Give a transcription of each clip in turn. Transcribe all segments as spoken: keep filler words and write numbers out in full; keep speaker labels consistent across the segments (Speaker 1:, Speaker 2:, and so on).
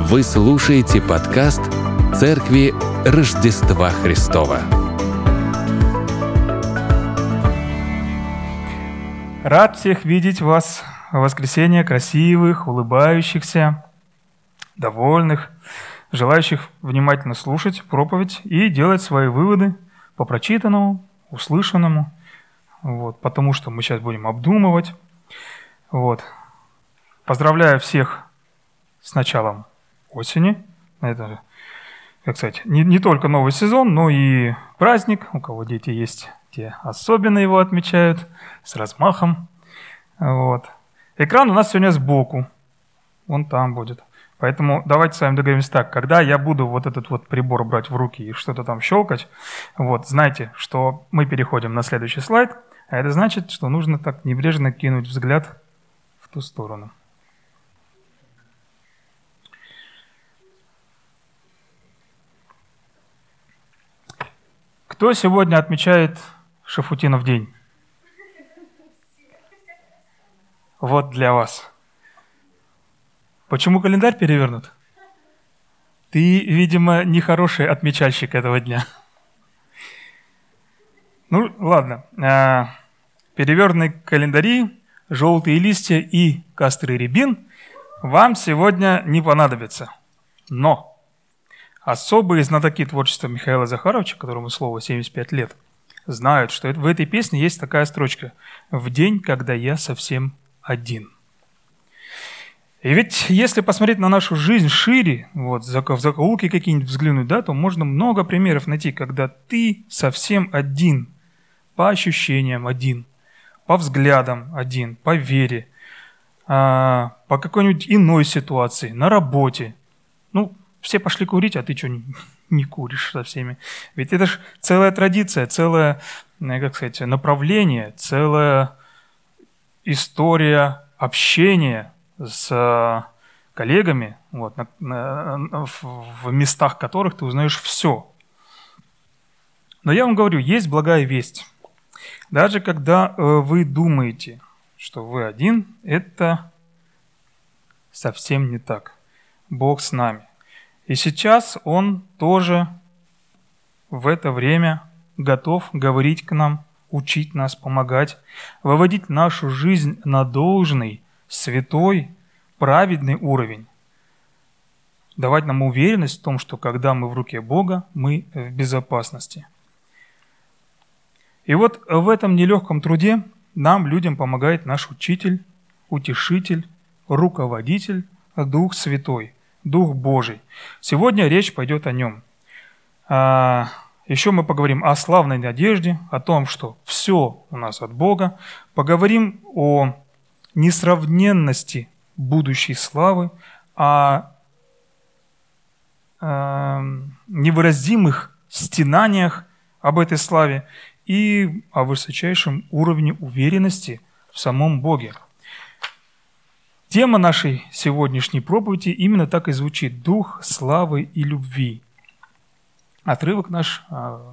Speaker 1: Вы слушаете подкаст Церкви Рождества Христова.
Speaker 2: Рад всех видеть вас в воскресенье, красивых, улыбающихся, довольных, желающих внимательно слушать проповедь и делать свои выводы по прочитанному, услышанному, вот, потому что мы сейчас будем обдумывать. Вот. Поздравляю всех с началом осени. Это, как сказать, не, не только новый сезон, но и праздник. У кого дети есть, те особенно его отмечают с размахом. Вот. Экран у нас сегодня сбоку. Вон там будет. Поэтому давайте с вами договоримся так. Когда я буду вот этот вот прибор брать в руки и что-то там щелкать, вот, знайте, что мы переходим на следующий слайд, а это значит, что нужно так небрежно кинуть взгляд в ту сторону. Кто сегодня отмечает Шафутинов день? Вот для вас. Почему календарь перевернут? Ты, видимо, нехороший отмечальщик этого дня. Ну, ладно. Перевернутые календари, желтые листья и костры рябин вам сегодня не понадобятся. Но особые знатоки творчества Михаила Захаровича, которому слово семьдесят пять лет, знают, что в этой песне есть такая строчка «В день, когда я совсем один». И ведь если посмотреть на нашу жизнь шире, вот, в закоулки какие-нибудь взглянуть, да, то можно много примеров найти, когда ты совсем один, по ощущениям один, по взглядам один, по вере, по какой-нибудь иной ситуации, на работе. Ну, все пошли курить, а ты что, не, не куришь со всеми? Ведь это же целая традиция, целое, как сказать, направление, целая история общения с коллегами, вот, на, на, в местах которых ты узнаешь все. Но я вам говорю, есть благая весть. Даже когда вы думаете, что вы один, это совсем не так. Бог с нами. И сейчас Он тоже в это время готов говорить к нам, учить нас, помогать, выводить нашу жизнь на должный, святой, праведный уровень, давать нам уверенность в том, что когда мы в руке Бога, мы в безопасности. И вот в этом нелегком труде нам, людям, помогает наш учитель, утешитель, руководитель, Дух Святой, Дух Божий. Сегодня речь пойдет о нем. Еще мы поговорим о славной надежде, о том, что все у нас от Бога. Поговорим о несравненности будущей славы, о невыразимых стенаниях об этой славе и о высочайшем уровне уверенности в самом Боге. Тема нашей сегодняшней проповеди именно так и звучит: «Дух славы и любви». Отрывок наш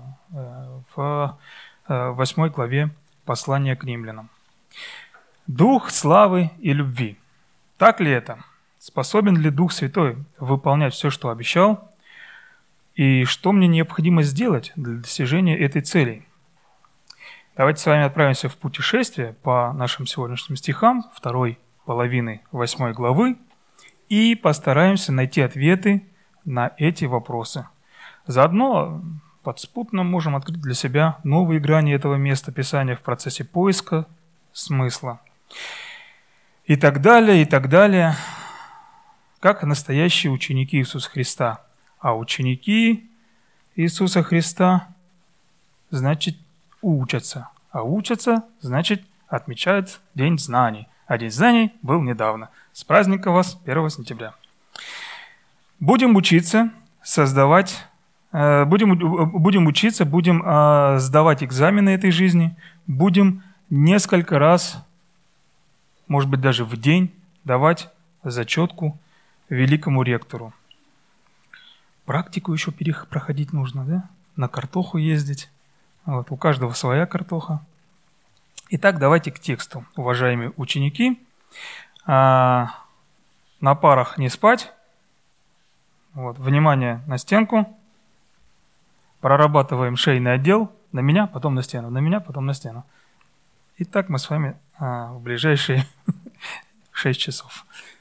Speaker 2: в восьмой главе послания к римлянам. Дух славы и любви. Так ли это? Способен ли Дух Святой выполнять все, что обещал? И что мне необходимо сделать для достижения этой цели? Давайте с вами отправимся в путешествие по нашим сегодняшним стихам второй половины восьмой главы и постараемся найти ответы на эти вопросы. Заодно подспутно можем открыть для себя новые грани этого места Писания в процессе поиска смысла. И так далее, и так далее, как настоящие ученики Иисуса Христа. А ученики Иисуса Христа, значит, учатся. А учатся, значит, отмечают День знаний. А День знаний был недавно. С праздником вас первого сентября. Будем учиться создавать, будем, будем учиться, будем сдавать экзамены этой жизни, будем несколько раз, может быть, даже в день давать зачетку великому ректору. Практику еще проходить нужно, да? На картоху ездить. Вот, у каждого своя картоха. Итак, давайте к тексту, уважаемые ученики. А, на парах не спать, Вот, внимание на стенку. Прорабатываем шейный отдел. На меня, потом на стену. На меня, потом на стену. И так мы с вами а, в ближайшие шесть часов.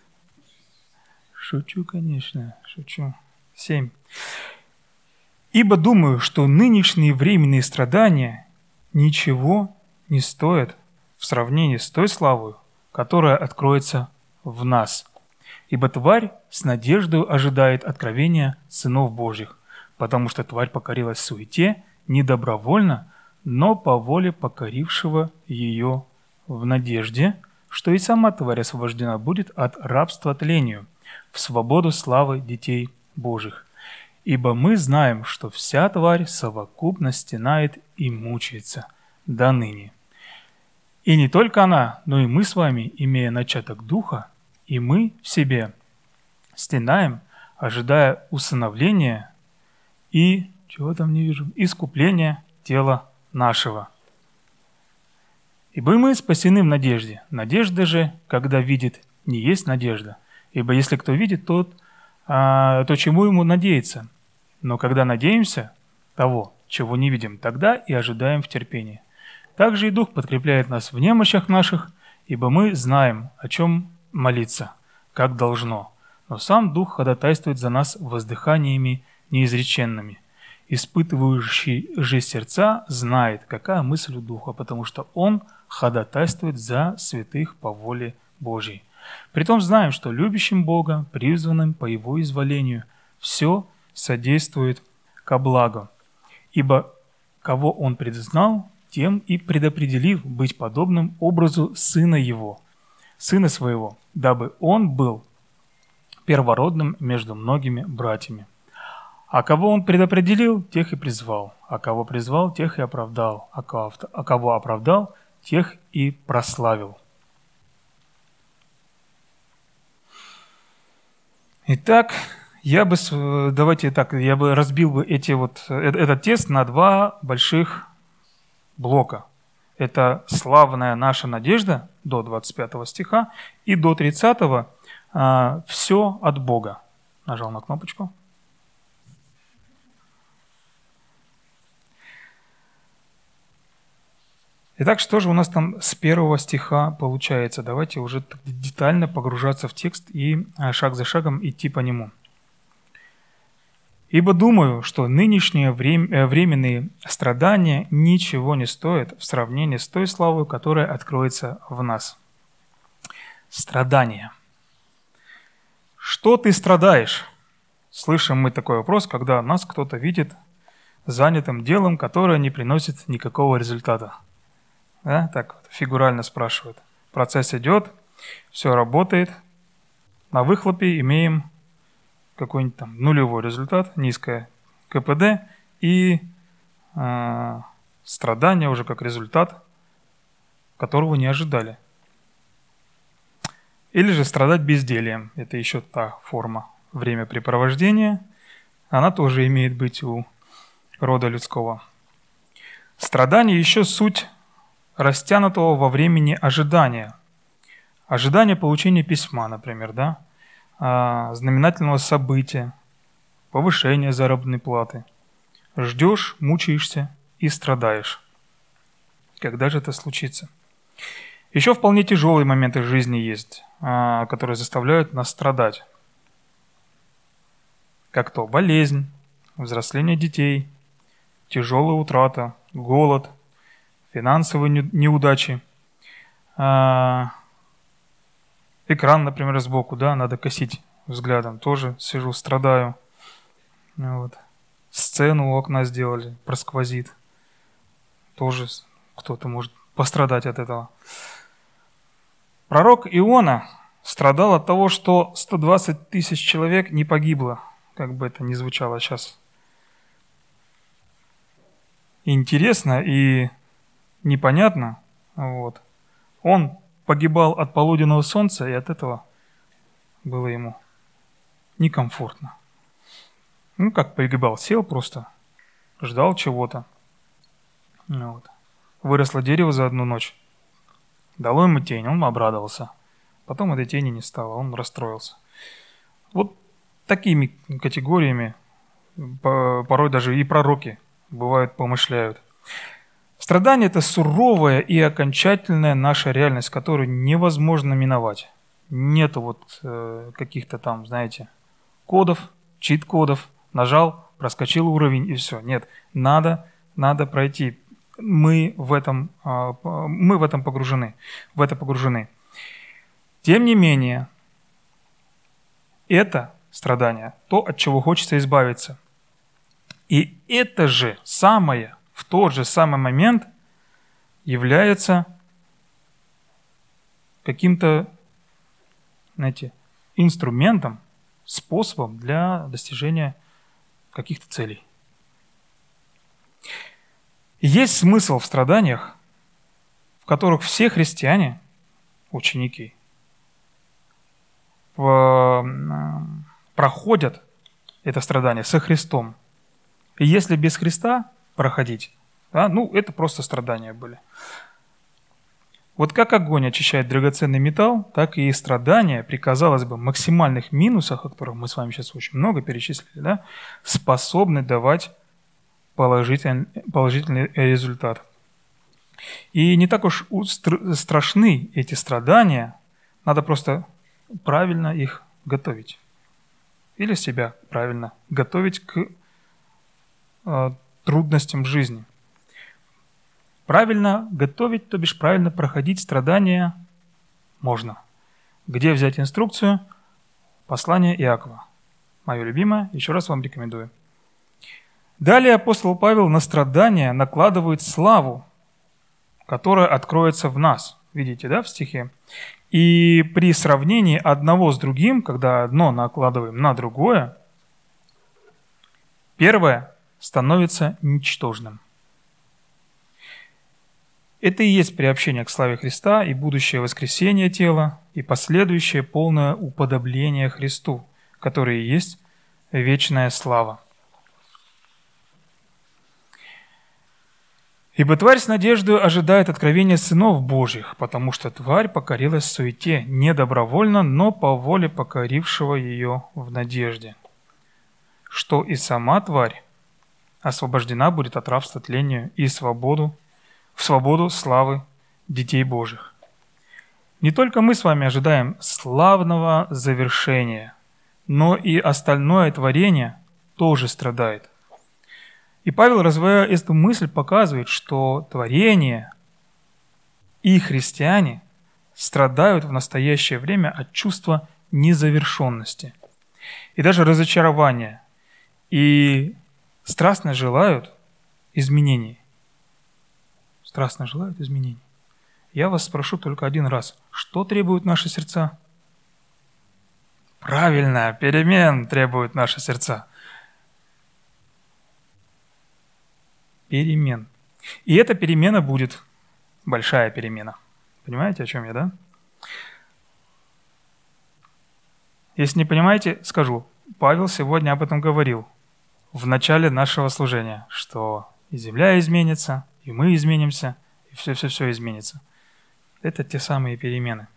Speaker 2: Шучу, конечно, шучу. Семь. Ибо думаю, что нынешние временные страдания ничего не стоят в сравнении с той славой, которая откроется в нас. Ибо тварь с надеждой ожидает откровения сынов Божьих, потому что тварь покорилась суете не добровольно, но по воле покорившего ее в надежде, что и сама тварь освобождена будет от рабства тлению, в свободу славы детей Божьих. Ибо мы знаем, что вся тварь совокупно стенает и мучается до ныне. И не только она, но и мы с вами, имея начаток духа, и мы в себе стенаем, ожидая усыновления и, чего там не вижу, искупления тела нашего. Ибо мы спасены в надежде. Надежда же, когда видит, не есть надежда. Ибо если кто видит, тот, а, то чему ему надеяться? Но когда надеемся того, чего не видим, тогда и ожидаем в терпении. Также и Дух подкрепляет нас в немощах наших, ибо мы знаем, о чем молиться, как должно. Но сам Дух ходатайствует за нас воздыханиями неизреченными. Испытывающий же сердца знает, какая мысль у Духа, потому что Он ходатайствует за святых по воле Божьей. Притом знаем, что любящим Бога, призванным по Его изволению, все содействует ко благу. Ибо кого Он предзнал, тем и предопределив быть подобным образу Сына Его, Сына Своего, дабы Он был первородным между многими братьями. А кого Он предопределил, тех и призвал, а кого призвал, тех и оправдал, а кого, а кого оправдал, тех и прославил. Итак, я бы, давайте так, я бы разбил бы эти вот, этот тест на два больших блока. Это славная наша надежда до двадцать пятого стиха и до тридцатого а, все от Бога. Нажал на кнопочку. Итак, что же у нас там с первого стиха получается? Давайте уже детально погружаться в текст и шаг за шагом идти по нему. «Ибо думаю, что нынешние временные страдания ничего не стоят в сравнении с той славой, которая откроется в нас». Страдания. Что ты страдаешь? Слышим мы такой вопрос, когда нас кто-то видит занятым делом, которое не приносит никакого результата. Да? Так вот, фигурально спрашивают. Процесс идет, все работает, на выхлопе имеем какой-нибудь там нулевой результат, низкое ка пэ дэ и э, страдания уже как результат, которого не ожидали. Или же страдать бездельем. Это еще та форма времяпрепровождения. Она тоже имеет быть у рода людского. Страдание еще суть растянутого во времени ожидания. Ожидание получения письма, например, да? Знаменательного события, повышения заработной платы. Ждешь, мучаешься и страдаешь. Когда же это случится? Еще вполне тяжелые моменты жизни есть, которые заставляют нас страдать. Как то болезнь, взросление детей, тяжелая утрата, голод, финансовые неудачи, экран, например, сбоку, да, надо косить взглядом. Тоже сижу, страдаю. Вот. Сцену у окна сделали, просквозит. Тоже кто-то может пострадать от этого. Пророк Иона страдал от того, что сто двадцать тысяч человек не погибло, как бы это ни звучало сейчас. Интересно и непонятно. Вот. Он погибал от полуденного солнца, и от этого было ему некомфортно. Ну, как погибал? Сел просто, ждал чего-то. Вот. Выросло дерево за одну ночь. Дало ему тень, он обрадовался. Потом этой тени не стало, он расстроился. Вот такими категориями порой даже и пророки бывают помышляют. Страдание – это суровая и окончательная наша реальность, которую невозможно миновать. Нету вот э, каких-то там, знаете, кодов, чит-кодов, нажал, проскочил уровень и все. Нет, надо, надо пройти. Мы в этом, э, мы в этом погружены, в это погружены. Тем не менее, это страдание, то, от чего хочется избавиться. И это же самое, в тот же самый момент является каким-то, знаете, инструментом, способом для достижения каких-то целей. Есть смысл в страданиях, в которых все христиане, ученики, проходят это страдание со Христом. И если без Христа проходить, да, ну, это просто страдания были. Вот как огонь очищает драгоценный металл, так и страдания при, казалось бы, максимальных минусах, о которых мы с вами сейчас очень много перечислили, да, способны давать положительный, положительный результат. И не так уж страшны эти страдания, надо просто правильно их готовить. Или себя правильно готовить к э, трудностям жизни. Правильно готовить, то бишь правильно проходить страдания можно. Где взять инструкцию? Послание Иакова. Мое любимое, еще раз вам рекомендую. Далее апостол Павел на страдания накладывает славу, которая откроется в нас. Видите, да, в стихе? И при сравнении одного с другим, когда одно накладываем на другое, первое становится ничтожным. Это и есть приобщение к славе Христа и будущее воскресение тела, и последующее полное уподобление Христу, которое и есть вечная слава. Ибо тварь с надеждой ожидает откровения сынов Божьих, потому что тварь покорилась суете не добровольно, но по воле покорившего ее в надежде, что и сама тварь освобождена будет от рабства тлению и свободу, в свободу славы детей Божьих. Не только мы с вами ожидаем славного завершения, но и остальное творение тоже страдает. И Павел, развивая эту мысль, показывает, что творение и христиане страдают в настоящее время от чувства незавершенности и даже разочарования, и страстно желают изменений. Страстно желают изменений. Я вас спрошу только один раз, что требуют наши сердца? Правильно, перемен требуют наши сердца. Перемен. И эта перемена будет большая перемена. Понимаете, о чем я, да? Если не понимаете, скажу. Павел сегодня об этом говорил в начале нашего служения, что и земля изменится, и мы изменимся, и все-все-все изменится. Это те самые перемены.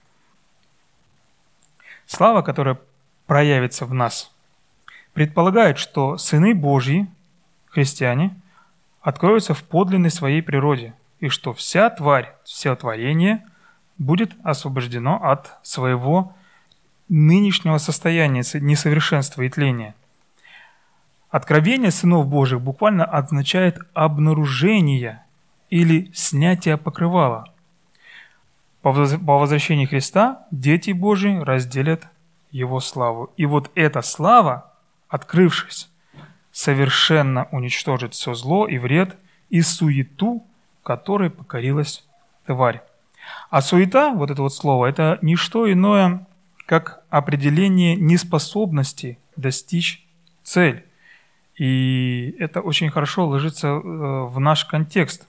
Speaker 2: Слава, которая проявится в нас, предполагает, что сыны Божьи, христиане, откроются в подлинной своей природе, и что вся тварь, все творение будет освобождено от своего нынешнего состояния несовершенства и тления. Откровение сынов Божьих буквально означает обнаружение или снятие покрывала. По возвращении Христа дети Божьи разделят Его славу. И вот эта слава, открывшись, совершенно уничтожит все зло и вред и суету, которой покорилась тварь. А суета, вот это вот слово, это не что иное, как определение неспособности достичь цель. И это очень хорошо ложится в наш контекст.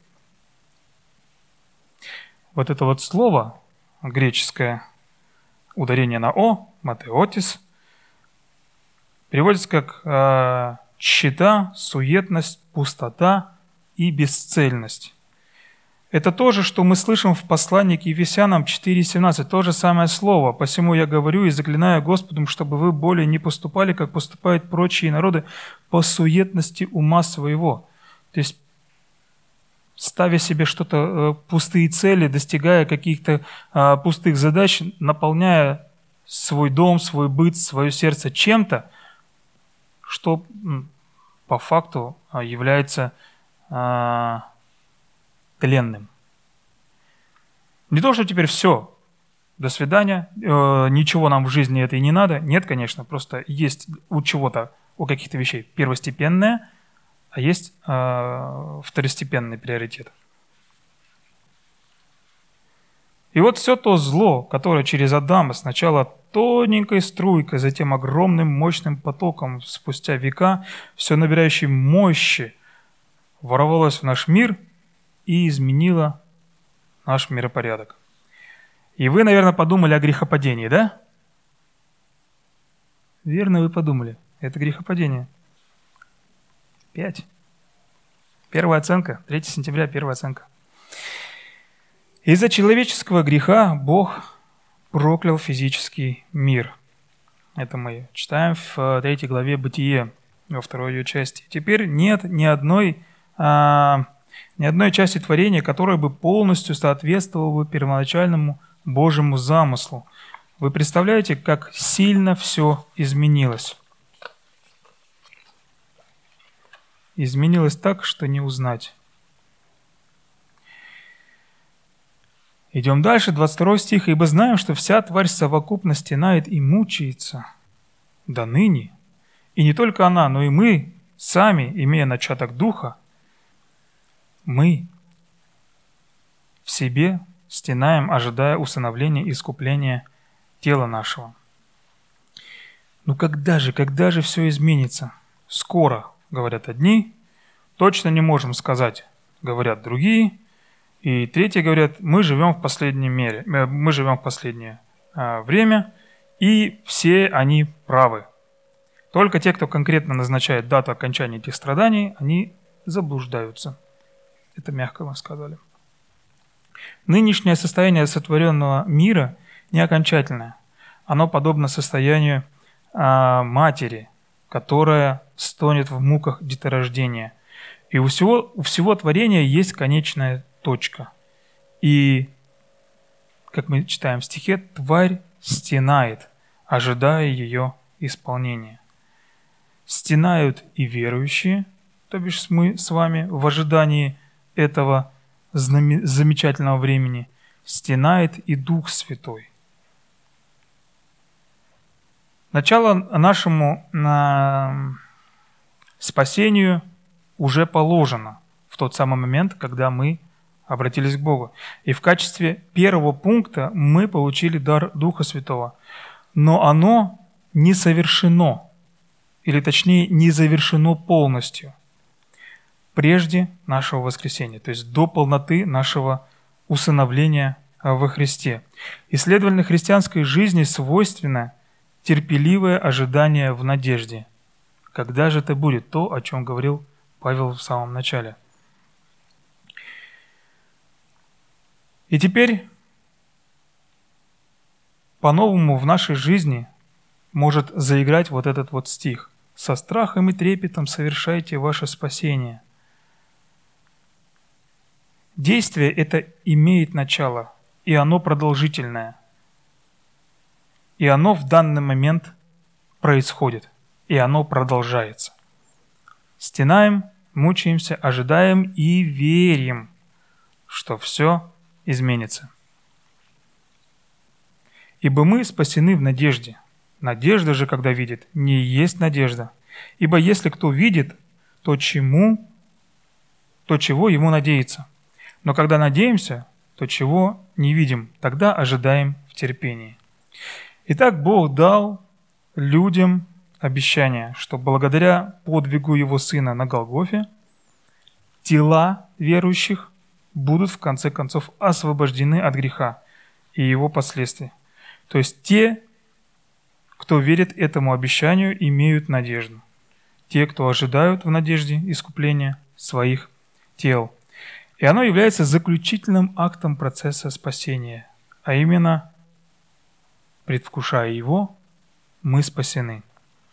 Speaker 2: Вот это вот слово греческое, ударение на «о», матеотис, переводится как э, тщета, суетность, пустота и бесцельность. Это то же, что мы слышим в послании к Ефесянам четыре семнадцать, то же самое слово. «Посему я говорю и заклинаю Господом, чтобы вы более не поступали, как поступают прочие народы, по суетности ума своего». То есть, ставя себе что-то, пустые цели, достигая каких-то а, пустых задач, наполняя свой дом, свой быт, свое сердце чем-то, что по факту является а, тленным. Не то, что теперь все, до свидания, э, ничего нам в жизни этой не надо. Нет, конечно, просто есть у чего-то, у каких-то вещей первостепенное, а есть э, второстепенный приоритет. И вот все то зло, которое через Адама сначала тоненькой струйкой, затем огромным мощным потоком, спустя века, все набирающей мощи, ворвалось в наш мир и изменило наш миропорядок. И вы, наверное, подумали о грехопадении, да? Верно, вы подумали. Это грехопадение. Пять. Первая оценка. третьего сентября, первая оценка. Из-за человеческого греха Бог проклял физический мир. Это мы читаем в третьей главе Бытие, во второй ее части. Теперь нет ни одной, а, ни одной части творения, которая бы полностью соответствовала бы первоначальному Божьему замыслу. Вы представляете, как сильно все изменилось? Изменилось так, что не узнать. Идем дальше, двадцать второй стих. «Ибо знаем, что вся тварь совокупно стенает и мучается до ныне. И не только она, но и мы, сами, имея начаток духа, мы в себе стенаем, ожидая усыновления и искупления тела нашего». Ну когда же, когда же все изменится? Скоро, говорят одни, точно не можем сказать, говорят другие. И третьи говорят, мы живем в последнем мере, мы живем в последнее а, время, и все они правы. Только те, кто конкретно назначает дату окончания этих страданий, они заблуждаются. Это мягко мы сказали. Нынешнее состояние сотворенного мира не окончательное. Оно подобно состоянию а, матери, которая стонет в муках деторождения. И у всего, у всего творения есть конечная точка. И, как мы читаем в стихе, тварь стенает, ожидая ее исполнения. Стенают и верующие, то бишь мы с вами в ожидании этого замечательного времени, стенает и Дух Святой. Начало нашему на спасению уже положено в тот самый момент, когда мы обратились к Богу. И в качестве первого пункта мы получили дар Духа Святого. Но оно не совершено, или точнее не завершено полностью прежде нашего воскресения, то есть до полноты нашего усыновления во Христе. И, следовательно, христианской жизни свойственно терпеливое ожидание в надежде. Когда же это будет? То, о чем говорил Павел в самом начале. И теперь по-новому в нашей жизни может заиграть вот этот вот стих. «Со страхом и трепетом совершайте ваше спасение». Действие это имеет начало, и оно продолжительное. И оно в данный момент происходит, и оно продолжается. Стенаем, мучаемся, ожидаем и верим, что все изменится. Ибо мы спасены в надежде. Надежда же, когда видит, не есть надежда. Ибо если кто видит, то чему, то чего ему надеяться? Но когда надеемся, то чего не видим, тогда ожидаем в терпении. Итак, Бог дал людям обещание, что благодаря подвигу Его Сына на Голгофе тела верующих будут в конце концов освобождены от греха и его последствий. То есть те, кто верит этому обещанию, имеют надежду. Те, кто ожидают в надежде искупления своих тел. И оно является заключительным актом процесса спасения, а именно, предвкушая его, мы спасены.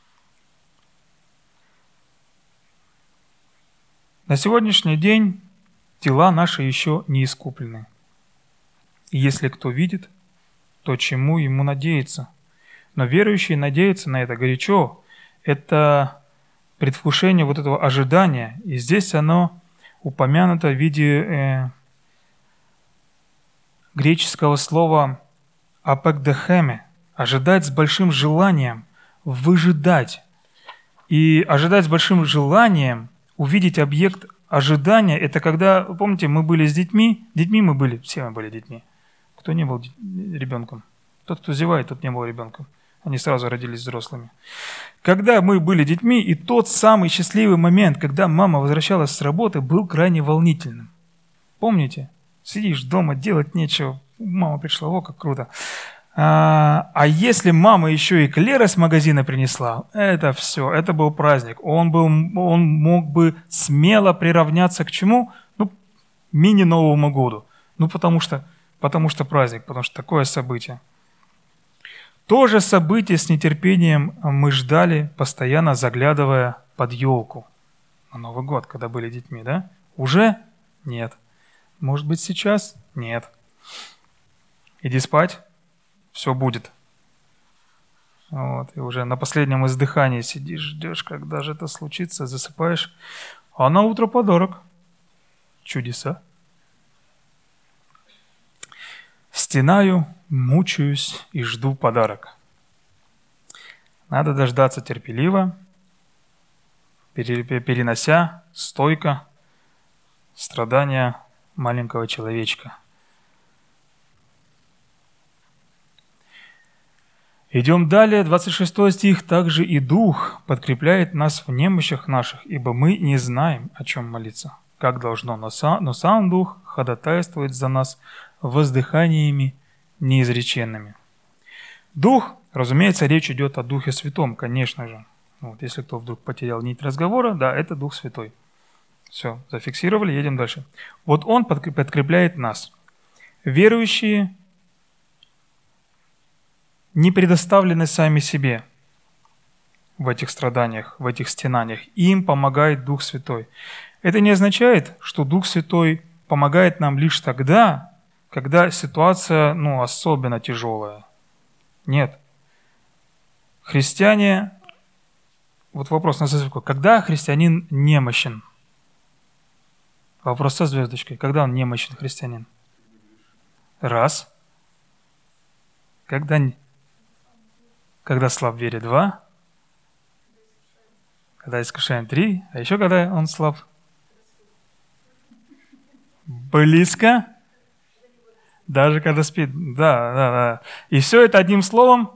Speaker 2: На сегодняшний день дела наши еще не искуплены. И если кто видит, то чему ему надеяться? Но верующие надеются на это горячо. Это предвкушение вот этого ожидания. И здесь оно упомянуто в виде э, греческого слова «апекдехеме» – ожидать с большим желанием, выжидать. И ожидать с большим желанием, увидеть объект ожидания – это когда, помните, мы были с детьми, детьми мы были, все мы были детьми. Кто не был ребенком? Тот, кто зевает, тот не был ребенком. Они сразу родились взрослыми. Когда мы были детьми, и тот самый счастливый момент, когда мама возвращалась с работы, был крайне волнительным. Помните? Сидишь дома, делать нечего. Мама пришла, о, как круто. А, а если мама еще и эклеры с магазина принесла, это все, это был праздник. Он, был, он мог бы смело приравняться к чему? Ну, мини-Новому году. Ну, потому что, потому что праздник, потому что такое событие. То же событие с нетерпением мы ждали, постоянно заглядывая под елку на Новый год, когда были детьми, да? Уже? Нет. Может быть, сейчас? Нет. Иди спать, все будет. Вот, и уже на последнем издыхании сидишь, ждешь, когда же это случится, засыпаешь, а на утро подарок. Чудеса. Стенаю, мучаюсь и жду подарок. Надо дождаться терпеливо, перенося стойко страдания маленького человечка. Идем далее, двадцать шестой стих. «Также и Дух подкрепляет нас в немощах наших, ибо мы не знаем, о чем молиться, как должно, но сам, но сам Дух ходатайствует за нас воздыханиями неизреченными». Дух, разумеется, речь идет о Духе Святом, конечно же. Вот, если кто вдруг потерял нить разговора, да, это Дух Святой. Все, зафиксировали, едем дальше. Вот Он подкрепляет нас. Верующие не предоставлены сами себе в этих страданиях, в этих стенаниях. Им помогает Дух Святой. Это не означает, что Дух Святой помогает нам лишь тогда, когда ситуация, ну, особенно тяжелая. Нет. Христиане, вот вопрос на звездочку, когда христианин немощен? Вопрос со звездочкой. Когда он немощен, христианин? Раз. Когда, когда слаб в вере? Два. Когда искушаем? Три. А еще когда он слаб? Близко. Даже когда спит. Да, да, да. И все это одним словом?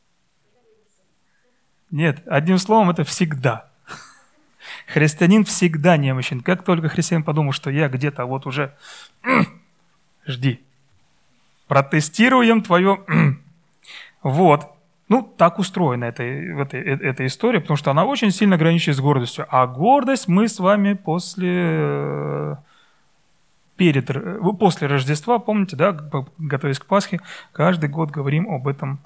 Speaker 2: Нет, одним словом это всегда. Христианин всегда немощен. Как только христианин подумал, что я где-то вот уже... Жди. Протестируем твое... Вот. Ну, так устроена эта, эта, эта история, потому что она очень сильно граничит с гордостью. А гордость мы с вами после... Перед, после Рождества, помните, да, готовясь к Пасхе, каждый год говорим об этом,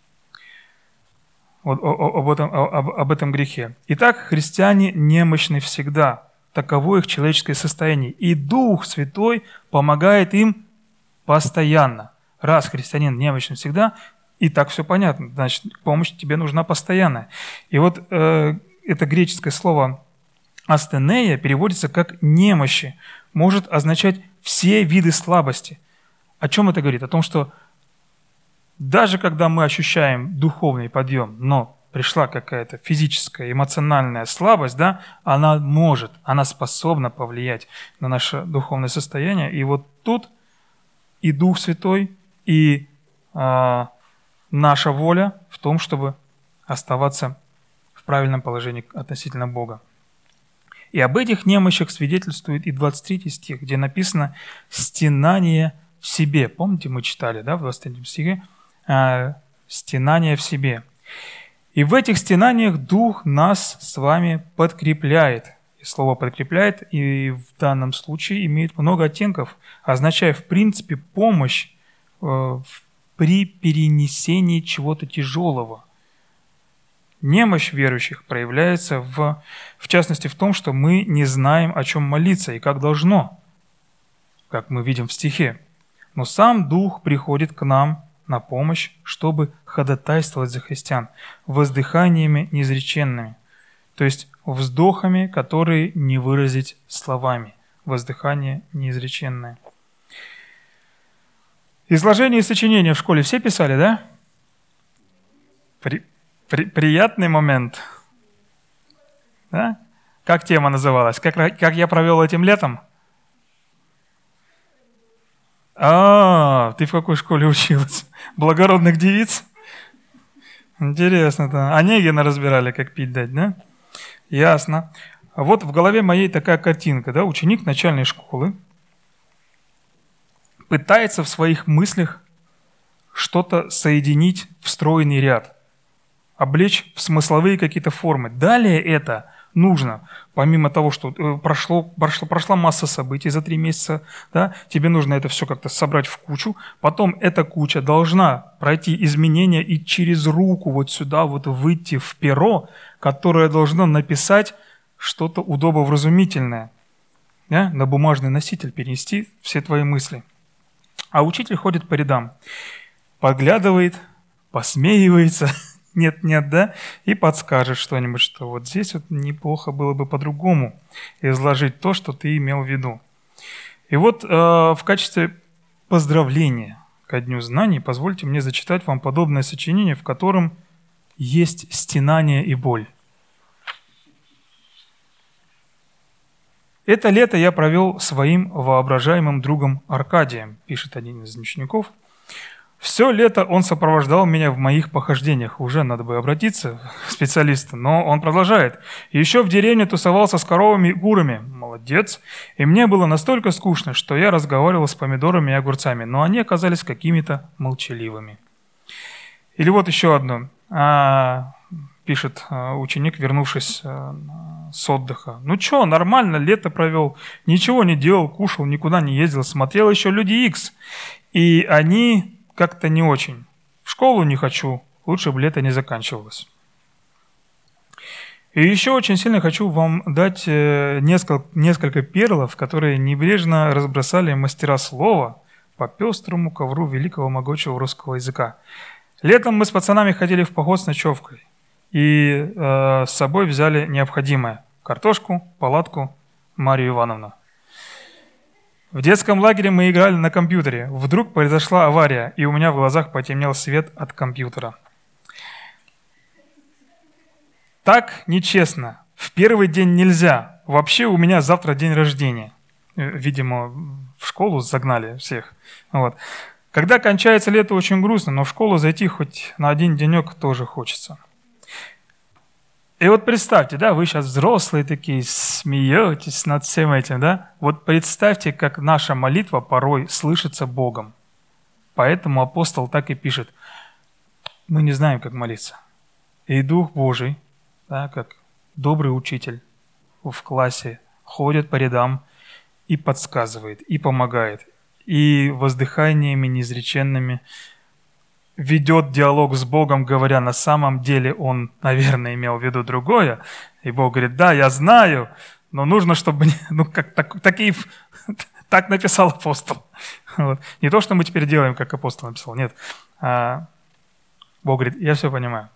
Speaker 2: об, об, этом, об, об этом грехе. Итак, христиане немощны всегда. Таково их человеческое состояние. И Дух Святой помогает им постоянно. Раз христианин немощен всегда, и так все понятно, значит, помощь тебе нужна постоянная. И вот э, это греческое слово «астенея» переводится как «немощи», может означать все виды слабости. О чем это говорит? О том, что даже когда мы ощущаем духовный подъем, но пришла какая-то физическая, эмоциональная слабость, да, она может, она способна повлиять на наше духовное состояние. И вот тут и Дух Святой, и а, наша воля в том, чтобы оставаться в правильном положении относительно Бога. И об этих немощах свидетельствует и двадцать третий стих, где написано «стенание в себе». Помните, мы читали, да, в двадцать третьем стихе? А, «Стенание в себе». И в этих стенаниях Дух нас с вами подкрепляет. И слово подкрепляет, и в данном случае имеет много оттенков, означая, в принципе, помощь э, при перенесении чего-то тяжелого. Немощь верующих проявляется, в, в частности, в том, что мы не знаем, о чем молиться и как должно, как мы видим в стихе. Но сам Дух приходит к нам на помощь, чтобы ходатайствовать за христиан воздыханиями неизреченными, то есть вздохами, которые не выразить словами. Воздыхание неизреченное. Изложение и сочинение в школе все писали, да? При, при, приятный момент. Да? Как тема называлась? Как, как я провел этим летом? А, ты в какой школе училась? Благородных девиц? Интересно, да. Онегина разбирали, как пить дать, да? Ясно. Вот в голове моей такая картинка, да? Ученик начальной школы пытается в своих мыслях что-то соединить в стройный ряд, облечь в смысловые какие-то формы. Далее это нужно, помимо того, что прошло, прошло, прошла масса событий за три месяца, да, тебе нужно это все как-то собрать в кучу, потом эта куча должна пройти изменения и через руку вот сюда вот выйти в перо, которое должно написать что-то удобовразумительное, да, на бумажный носитель перенести все твои мысли. А учитель ходит по рядам, поглядывает, посмеивается, нет-нет, да, и подскажет что-нибудь, что вот здесь вот неплохо было бы по-другому изложить то, что ты имел в виду. И вот э, в качестве поздравления ко Дню знаний позвольте мне зачитать вам подобное сочинение, в котором есть стенание и боль. Это лето я провел своим воображаемым другом Аркадием, пишет один из учеников. Все лето он сопровождал меня в моих похождениях. Уже надо бы обратиться к специалисту, но он продолжает. Еще в деревне тусовался с коровами и курами. Молодец. И мне было настолько скучно, что я разговаривал с помидорами и огурцами, но они оказались какими-то молчаливыми. Или вот еще одно. А, пишет ученик, вернувшись с отдыха. Ну что, нормально, лето провел. Ничего не делал, кушал, никуда не ездил. Смотрел еще «Люди Икс». И они... как-то не очень. В школу не хочу, лучше бы лето не заканчивалось. И еще очень сильно хочу вам дать несколько, несколько перлов, которые небрежно разбросали мастера слова по пестрому ковру великого могучего русского языка. Летом мы с пацанами ходили в поход с ночевкой и э, с собой взяли необходимое – картошку, палатку, Марию Ивановну. В детском лагере мы играли на компьютере. Вдруг произошла авария, и у меня в глазах потемнел свет от компьютера. Так нечестно. В первый день нельзя. Вообще у меня завтра день рождения. Видимо, в школу загнали всех. Вот. Когда кончается лето, очень грустно, но в школу зайти хоть на один денек тоже хочется. И вот представьте, да, вы сейчас взрослые такие, смеетесь над всем этим, да? Вот представьте, как наша молитва порой слышится Богом. Поэтому апостол так и пишет. Мы не знаем, как молиться. И Дух Божий, да, как добрый учитель в классе, ходит по рядам и подсказывает, и помогает, и воздыханиями неизреченными ведет диалог с Богом, говоря, на самом деле он, наверное, имел в виду другое. И Бог говорит, да, я знаю, но нужно, чтобы... Ну, как, так, такие, так написал апостол. Вот. Не то, что мы теперь делаем, как апостол написал, нет. А Бог говорит, я все понимаю.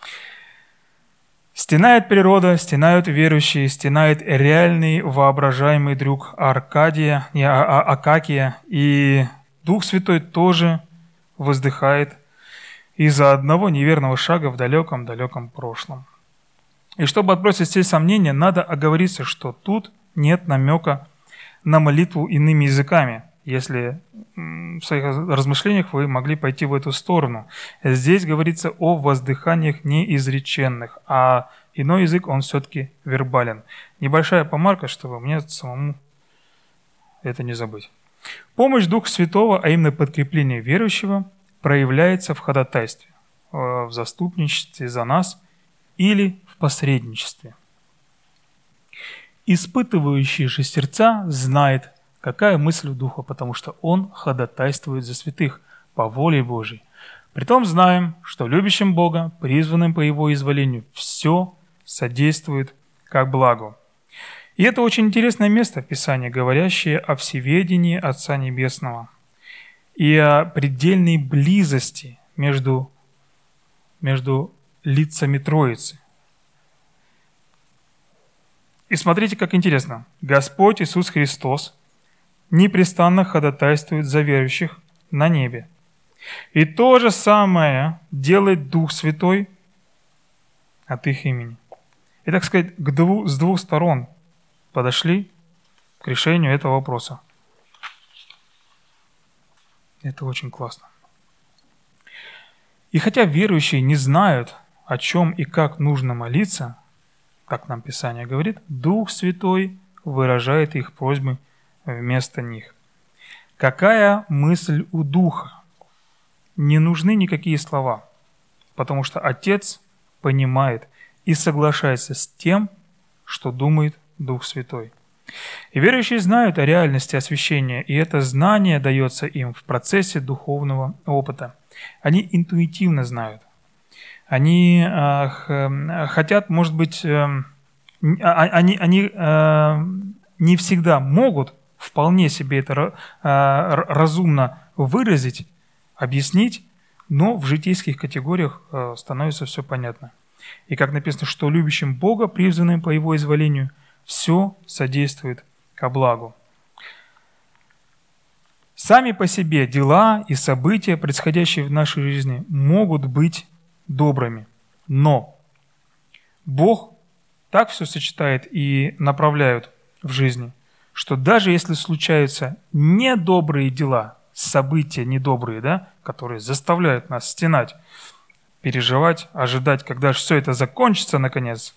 Speaker 2: Стенает природа, стенают верующие, стенает реальный воображаемый друг Аркадия, не, а, а, Акакия, и Дух Святой тоже воздыхает из-за одного неверного шага в далеком-далеком прошлом. И чтобы отбросить все сомнения, надо оговориться, что тут нет намека на молитву иными языками, если в своих размышлениях вы могли пойти в эту сторону. Здесь говорится о воздыханиях неизреченных, а иной язык, он все-таки вербален. Небольшая помарка, чтобы мне самому это не забыть. Помощь Духа Святого, а именно подкрепление верующего, проявляется в ходатайстве, в заступничестве за нас или в посредничестве. Испытывающий же сердца знает, какая мысль у Духа, потому что Он ходатайствует за святых по воле Божьей. Притом знаем, что любящим Бога, призванным по Его изволению, все содействует ко благу. И это очень интересное место в Писании, говорящее о всеведении Отца Небесного и о предельной близости между, между лицами Троицы. И смотрите, как интересно. Господь Иисус Христос непрестанно ходатайствует за верующих на небе. И то же самое делает Дух Святой от их имени. И, так сказать, к дву, с двух сторон подошли к решению этого вопроса. Это очень классно. И хотя верующие не знают, о чем и как нужно молиться, как нам Писание говорит, Дух Святой выражает их просьбы вместо них. Какая мысль у Духа? Не нужны никакие слова, потому что Отец понимает и соглашается с тем, что думает Дух Святой. И верующие знают о реальности освящения, и это знание дается им в процессе духовного опыта. Они интуитивно знают. Они э, хотят, может быть, э, они, они э, не всегда могут вполне себе это э, разумно выразить, объяснить, но в житейских категориях э, становится все понятно. И как написано, что любящим Бога, призванным по Его изволению, все содействует ко благу. Сами по себе дела и события, происходящие в нашей жизни, могут быть добрыми. Но Бог так все сочетает и направляет в жизни, что даже если случаются недобрые дела, события недобрые, да, которые заставляют нас стенать, переживать, ожидать, когда же все это закончится наконец,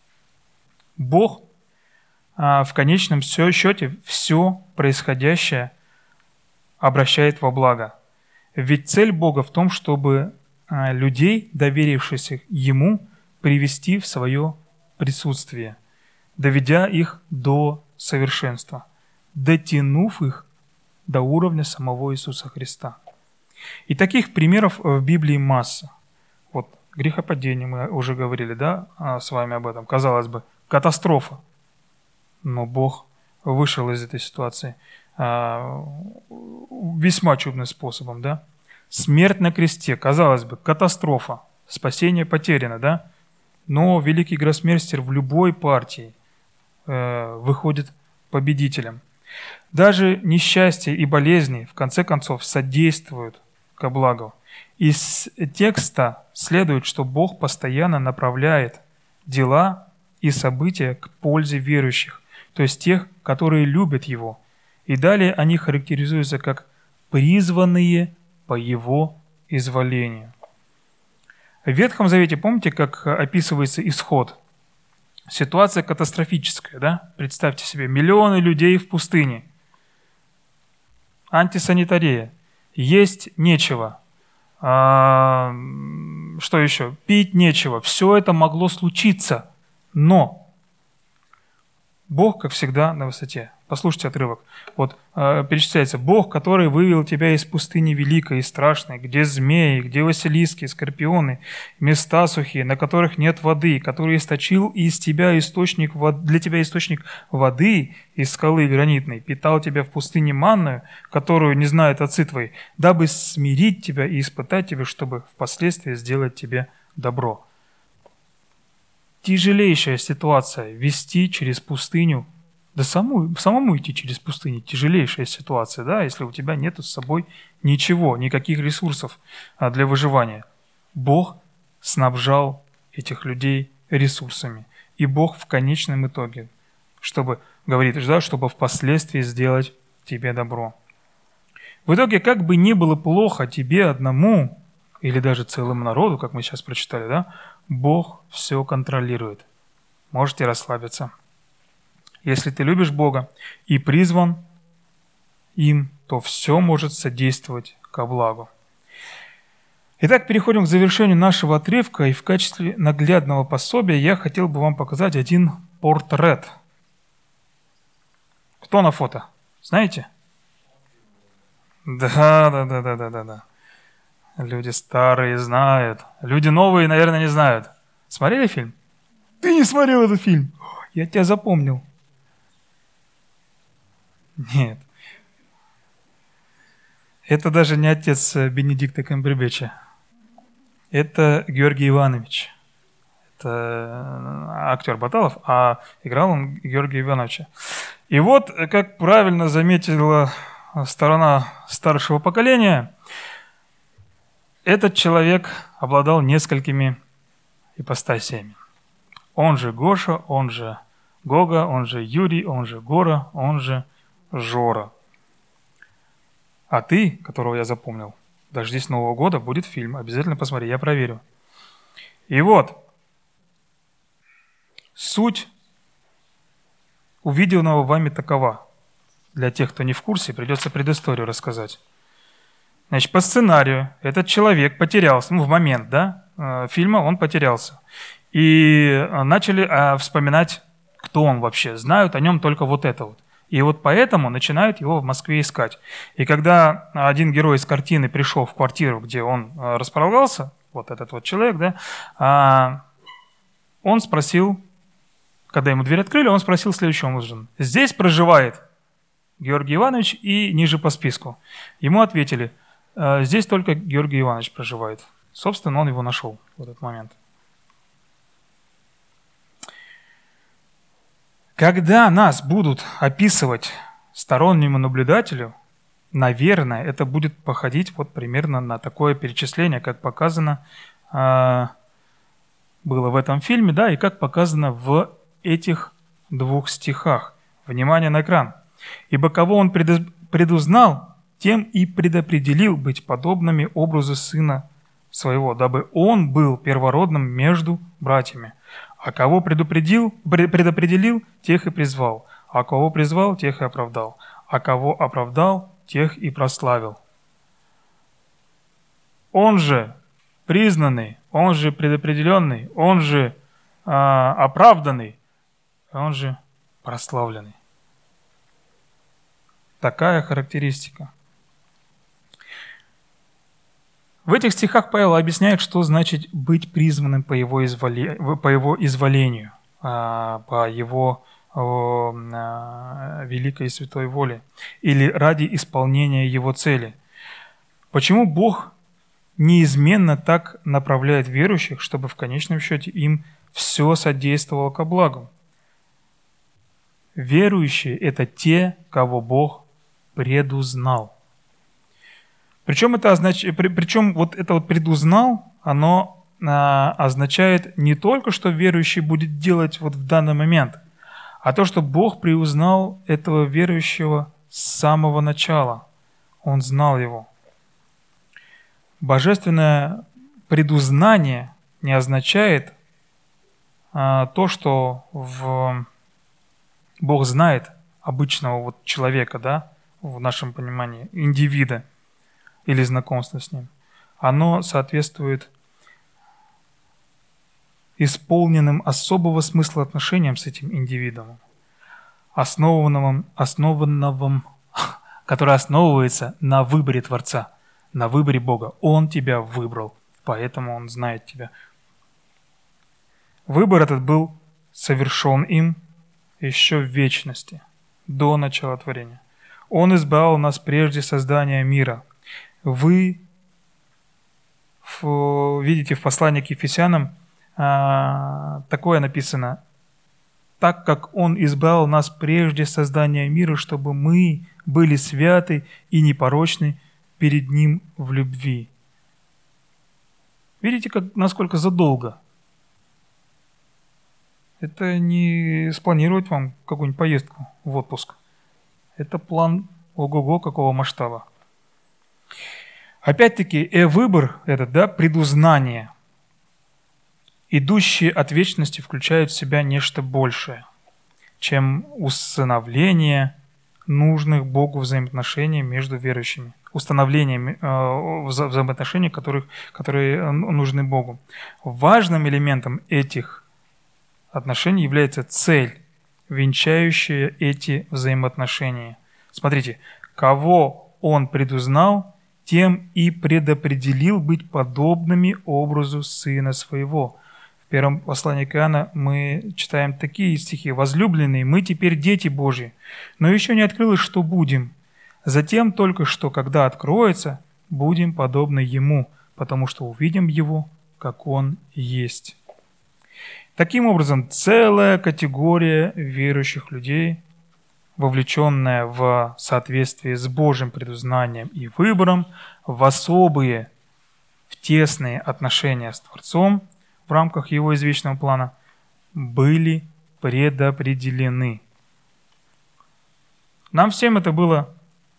Speaker 2: Бог а, в конечном счете все происходящее обращает во благо. Ведь цель Бога в том, чтобы а, людей, доверившихся Ему, привести в свое присутствие, доведя их до совершенства, дотянув их до уровня самого Иисуса Христа. И таких примеров в Библии масса. Вот грехопадение, мы уже говорили, да, с вами об этом. Казалось бы, катастрофа. Но Бог вышел из этой ситуации а, весьма чудным способом, да. Смерть на кресте, казалось бы, катастрофа. Спасение потеряно, да. Но великий гроссмейстер в любой партии э, выходит победителем. Даже несчастье и болезни, в конце концов, содействуют ко благу. Из текста следует, что Бог постоянно направляет дела и события к пользе верующих, то есть тех, которые любят Его. И далее они характеризуются как призванные по Его изволению. В Ветхом Завете, помните, как описывается исход? Ситуация катастрофическая, да? Представьте себе, миллионы людей в пустыне. Антисанитария. Есть нечего. А, что еще? Пить нечего. Все это могло случиться. Но Бог, как всегда, на высоте. Послушайте отрывок. Вот э, перечисляется: Бог, который вывел тебя из пустыни великой и страшной, где змеи, где василиски, скорпионы, места сухие, на которых нет воды, который источил из тебя источник вод... для тебя источник воды из скалы гранитной, питал тебя в пустыне манною, которую не знает отцы твои, дабы смирить тебя и испытать тебя, чтобы впоследствии сделать тебе добро. Тяжелейшая ситуация — вести через пустыню. Да саму, самому идти через пустыню — тяжелейшая ситуация, да, если у тебя нет с собой ничего, никаких ресурсов для выживания. Бог снабжал этих людей ресурсами. И Бог в конечном итоге, чтобы, говорит, да, чтобы впоследствии сделать тебе добро. В итоге, как бы ни было плохо тебе одному, или даже целому народу, как мы сейчас прочитали, да, Бог все контролирует. Можете расслабиться. Если ты любишь Бога и призван им, то все может содействовать ко благу. Итак, переходим к завершению нашего отрывка, и в качестве наглядного пособия я хотел бы вам показать один портрет Кто на фото? Знаете? Да, да, да, да, да, да, да. Люди старые знают. Люди новые, наверное, не знают. Смотрели фильм? Ты не смотрел этот фильм? Я тебя запомнил. Нет. Это даже не отец Бенедикта Камбербэтча. Это Георгий Иванович. Это актер Баталов, а играл он Георгия Ивановича. И вот, как правильно заметила сторона старшего поколения, этот человек обладал несколькими ипостасиями. Он же Гоша, он же Гога, он же Юрий, он же Гора, он же Жора. А ты, которого я запомнил, дождись Нового года, будет фильм. Обязательно посмотри, я проверю. И вот, суть увиденного вами такова. Для тех, кто не в курсе, придется предысторию рассказать. Значит, по сценарию этот человек потерялся, ну, в момент, да, фильма он потерялся. И начали а, вспоминать, кто он вообще. Знают о нем только вот это вот. И вот поэтому начинают его в Москве искать. И когда один герой из картины пришел в квартиру, где он располагался, вот этот вот человек, да, он спросил, когда ему дверь открыли, он спросил следующим образом. Здесь проживает Георгий Иванович и ниже по списку. Ему ответили, здесь только Георгий Иванович проживает. Собственно, он его нашел в этот момент. Когда нас будут описывать стороннему наблюдателю, наверное, это будет походить вот примерно на такое перечисление, как показано э, было в этом фильме, да, и как показано в этих двух стихах. Внимание на экран. «Ибо кого он предузнал, тем и предопределил быть подобными образу сына своего, дабы он был первородным между братьями. А кого предупредил, предопределил, тех и призвал. А кого призвал, тех и оправдал. А кого оправдал, тех и прославил». Он же признанный, он же предопределенный, он же э, оправданный, он же прославленный. Такая характеристика. В этих стихах Павел объясняет, что значит быть призванным по его, изволе... по его изволению, по его великой и святой воле, или ради исполнения его цели. Почему Бог неизменно так направляет верующих, чтобы в конечном счете им все содействовало ко благу? Верующие – это те, кого Бог предузнал. Причем, это означ... Причем вот это вот предузнал, оно а, означает не только, что верующий будет делать вот в данный момент, а то, что Бог приузнал этого верующего с самого начала. Он знал его. Божественное предузнание не означает а, то, что в... Бог знает обычного вот человека, да, в нашем понимании, индивида, или знакомство с ним, оно соответствует исполненным особого смысла отношениям с этим индивидуумом, основанным, основанным, который основывается на выборе Творца, на выборе Бога. Он тебя выбрал, поэтому Он знает тебя. Выбор этот был совершен им еще в вечности, до начала творения. Он избрал нас прежде создания мира. Вы в, видите в послании к Ефесянам а, такое написано: так как Он избрал нас прежде создания мира, чтобы мы были святы и непорочны перед Ним в любви. Видите, как, насколько задолго? Это не спланировать вам какую-нибудь поездку в отпуск. Это план ого-го какого масштаба. Опять-таки, э, выбор этот, да, предузнание, идущие от вечности, включают в себя нечто большее, чем усыновление нужных Богу взаимоотношений между верующими, установление э, вза взаимоотношений, которых, которые нужны Богу. Важным элементом этих отношений является цель венчающее эти взаимоотношения. Смотрите, кого Он предузнал, тем и предопределил быть подобными образу Сына Своего. В первом послании к Иоанну мы читаем такие стихи. «Возлюбленные, мы теперь дети Божьи, но еще не открылось, что будем. Затем только что, когда откроется, будем подобны Ему, потому что увидим Его, как Он есть». Таким образом, целая категория верующих людей, вовлеченная в соответствии с Божьим предузнанием и выбором в особые, в тесные отношения с Творцом в рамках Его извечного плана, были предопределены. Нам всем это было,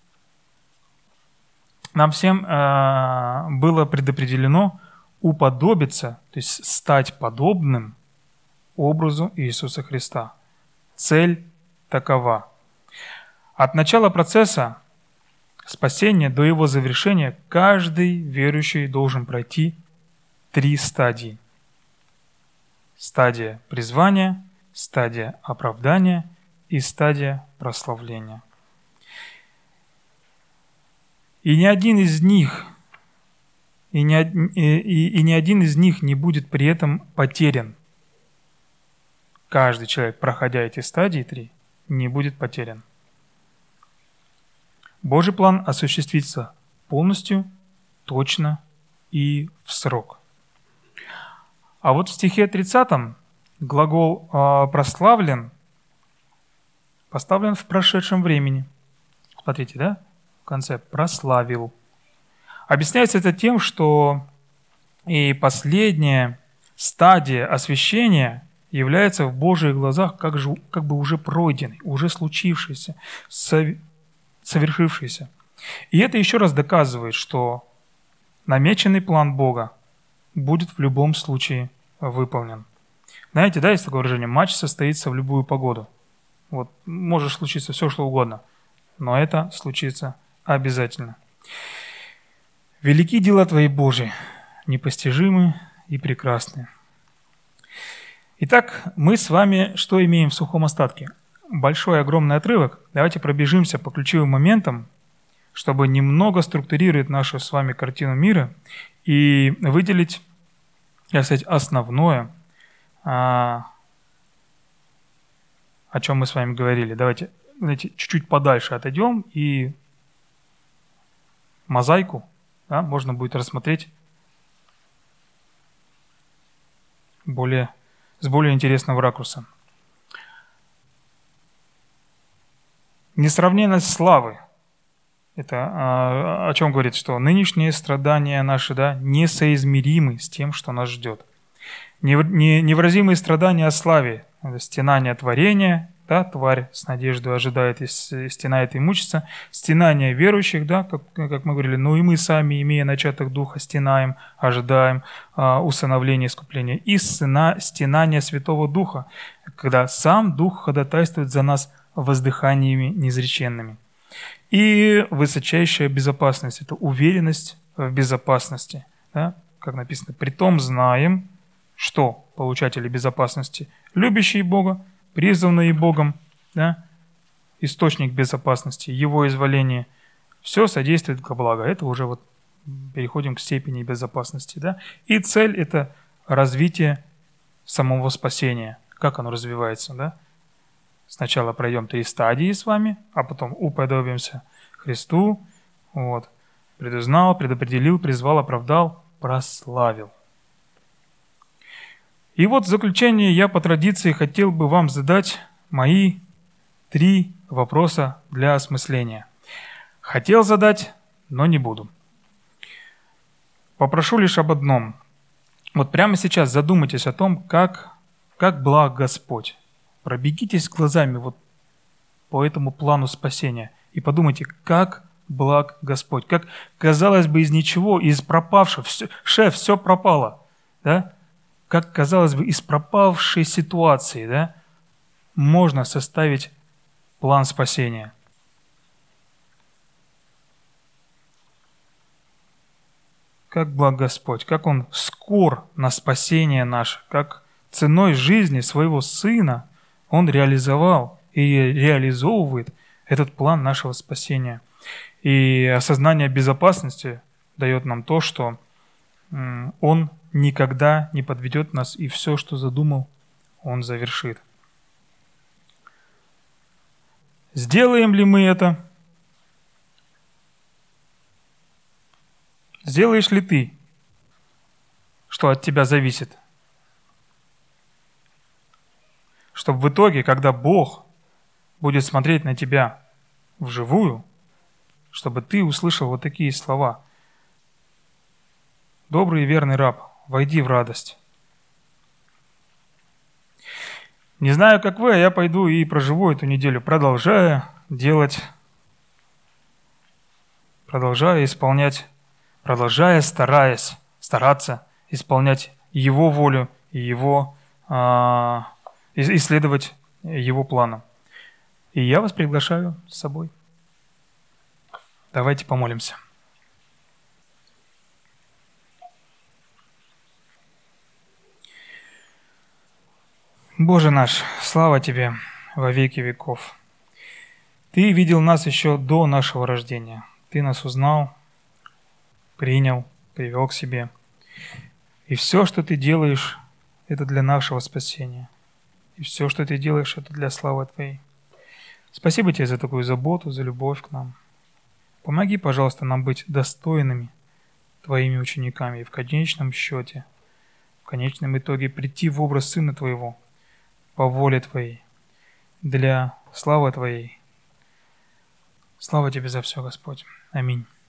Speaker 2: нам всем э, было предопределено уподобиться, то есть стать подобным образу Иисуса Христа. Цель такова. От начала процесса спасения до его завершения каждый верующий должен пройти три стадии. Стадия призвания, стадия оправдания и стадия прославления. И ни один из них, и ни, и, и, и ни один из них не будет при этом потерян. Каждый человек, проходя эти стадии три, не будет потерян. Божий план осуществится полностью, точно и в срок. А вот в стихе тридцатом глагол э, «прославлен» поставлен в прошедшем времени. Смотрите, да? В конце «прославил». Объясняется это тем, что и последняя стадия освящения является в Божьих глазах как, же, как бы уже пройденной, уже случившейся, совершившейся. И это еще раз доказывает, что намеченный план Бога будет в любом случае выполнен. Знаете, да, есть такое выражение: матч состоится в любую погоду. Вот, может случиться все, что угодно, но это случится обязательно. Велики дела Твои, Божии, непостижимы и прекрасны. Итак, мы с вами что имеем в сухом остатке? Большой, огромный отрывок. Давайте пробежимся по ключевым моментам, чтобы немного структурировать нашу с вами картину мира и выделить, так сказать, основное, о чем мы с вами говорили. Давайте, знаете, чуть-чуть подальше отойдем, и мозаику, да, можно будет рассмотреть более, с более интересного ракурса. Несравненность славы. Это а, о чем говорит, что нынешние страдания наши, да, несоизмеримы с тем, что нас ждет. Невыразимые страдания о славе, стенание творения, да, тварь с надеждой ожидает и стенает и мучится, стенание верующих, да, как, как мы говорили, но и мы сами, имея начаток духа, стенаем, ожидаем а, усыновления, искупления, и стена, стенание Святого Духа, когда сам Дух ходатайствует за нас воздыханиями неизреченными. И высочайшая безопасность – это уверенность в безопасности. Да? Как написано, «Притом знаем, что получатели безопасности, любящие Бога, призванные Богом, да? Источник безопасности, Его изволение, все содействует ко благу». Это уже вот переходим к степени безопасности. Да? И цель – это развитие самого спасения. Как оно развивается, да? Сначала пройдем три стадии с вами, а потом уподобимся Христу. Вот. Предузнал, предопределил, призвал, оправдал, прославил. И вот в заключение я по традиции хотел бы вам задать мои три вопроса для осмысления. Хотел задать, но не буду. Попрошу лишь об одном. Вот прямо сейчас задумайтесь о том, как, как благ Господь. Пробегитесь глазами вот по этому плану спасения и подумайте, как благ Господь, как, казалось бы, из ничего, из пропавшего, все, шеф, все пропало, да? Как, казалось бы, из пропавшей ситуации, да, можно составить план спасения. Как благ Господь, как Он скор на спасение наше, как ценой жизни своего Сына Он реализовал и реализовывает этот план нашего спасения. И осознание безопасности дает нам то, что Он никогда не подведет нас, и все, что задумал, Он завершит. Сделаем ли мы это? Сделаешь ли ты, что от тебя зависит? Чтобы в итоге, когда Бог будет смотреть на тебя вживую, чтобы ты услышал вот такие слова: «Добрый и верный раб, войди в радость». Не знаю, как вы, а я пойду и проживу эту неделю, продолжая делать, продолжая исполнять, продолжая, стараясь, стараться исполнять Его волю и Его, э, исследовать Его планом. И я вас приглашаю с собой. Давайте помолимся. Боже наш, слава Тебе во веки веков. Ты видел нас еще до нашего рождения. Ты нас узнал, принял, привел к себе. И все, что Ты делаешь, это для нашего спасения. И все, что Ты делаешь, это для славы Твоей. Спасибо Тебе за такую заботу, за любовь к нам. Помоги, пожалуйста, нам быть достойными Твоими учениками и в конечном счете, в конечном итоге прийти в образ Сына Твоего, по воле Твоей, для славы Твоей. Слава Тебе за все, Господь. Аминь.